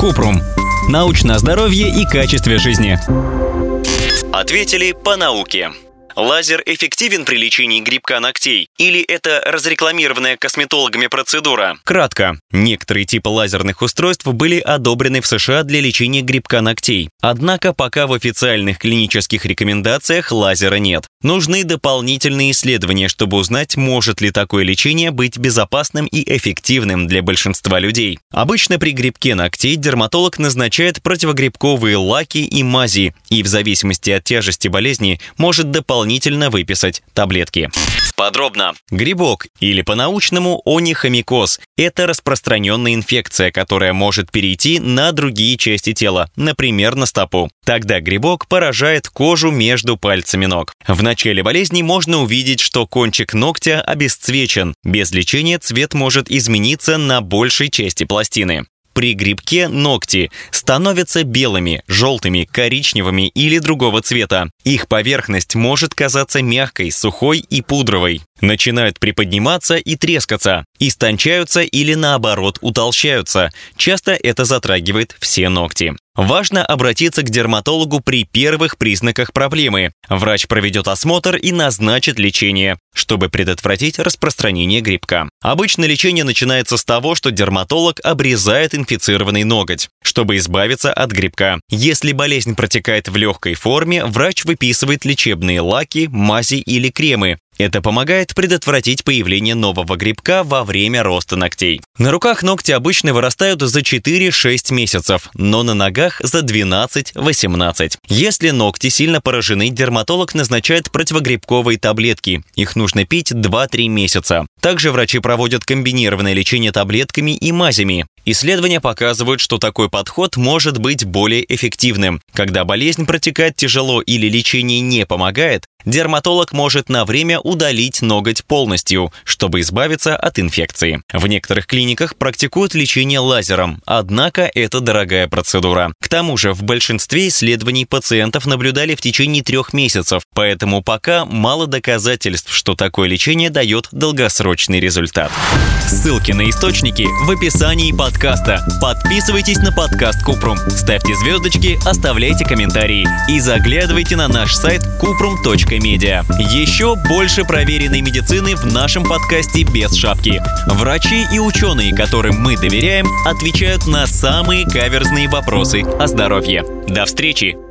Купрум. Научное здоровье и качестве жизни. Ответили по науке. Лазер эффективен при лечении грибка ногтей? Или это разрекламированная косметологами процедура? Кратко. Некоторые типы лазерных устройств были одобрены в США для лечения грибка ногтей. Однако пока в официальных клинических рекомендациях лазера нет. Нужны дополнительные исследования, чтобы узнать, может ли такое лечение быть безопасным и эффективным для большинства людей. Обычно при грибке ногтей дерматолог назначает противогрибковые лаки и мази, и в зависимости от тяжести болезни может дополнительно выписать таблетки. Подробно. Грибок, или по-научному онихомикоз, это распространенная инфекция, которая может перейти на другие части тела, например, на стопу. Тогда грибок поражает кожу между пальцами ног. В начале болезни можно увидеть, что кончик ногтя обесцвечен. Без лечения цвет может измениться на большей части пластины. При грибке ногти становятся белыми, желтыми, коричневыми или другого цвета. Их поверхность может казаться мягкой, сухой и пудровой. Начинают приподниматься и трескаться, истончаются или наоборот утолщаются. Часто это затрагивает все ногти. Важно обратиться к дерматологу при первых признаках проблемы. Врач проведет осмотр и назначит лечение, чтобы предотвратить распространение грибка. Обычно лечение начинается с того, что дерматолог обрезает инфицированный ноготь, чтобы избавиться от грибка. Если болезнь протекает в легкой форме, врач выписывает лечебные лаки, мази или кремы. Это помогает предотвратить появление нового грибка во время роста ногтей. На руках ногти обычно вырастают за 4-6 месяцев, но на ногах за 12-18. Если ногти сильно поражены, дерматолог назначает противогрибковые таблетки. Их нужно пить 2-3 месяца. Также врачи проводят комбинированное лечение таблетками и мазями. Исследования показывают, что такой подход может быть более эффективным. Когда болезнь протекает тяжело или лечение не помогает, дерматолог может на время удалить ноготь полностью, чтобы избавиться от инфекции. В некоторых клиниках практикуют лечение лазером, однако это дорогая процедура. К тому же в большинстве исследований пациентов наблюдали в течение 3 месяцев, поэтому пока мало доказательств, что такое лечение дает долгосрочный результат. Ссылки на источники в описании подкаста. Подписывайтесь на подкаст Купрум, ставьте звездочки, оставляйте комментарии и заглядывайте на наш сайт kuprum.media. Еще больше проверенной медицины в нашем подкасте без шапки. Врачи и ученые, которым мы доверяем, отвечают на самые каверзные вопросы о здоровье. До встречи!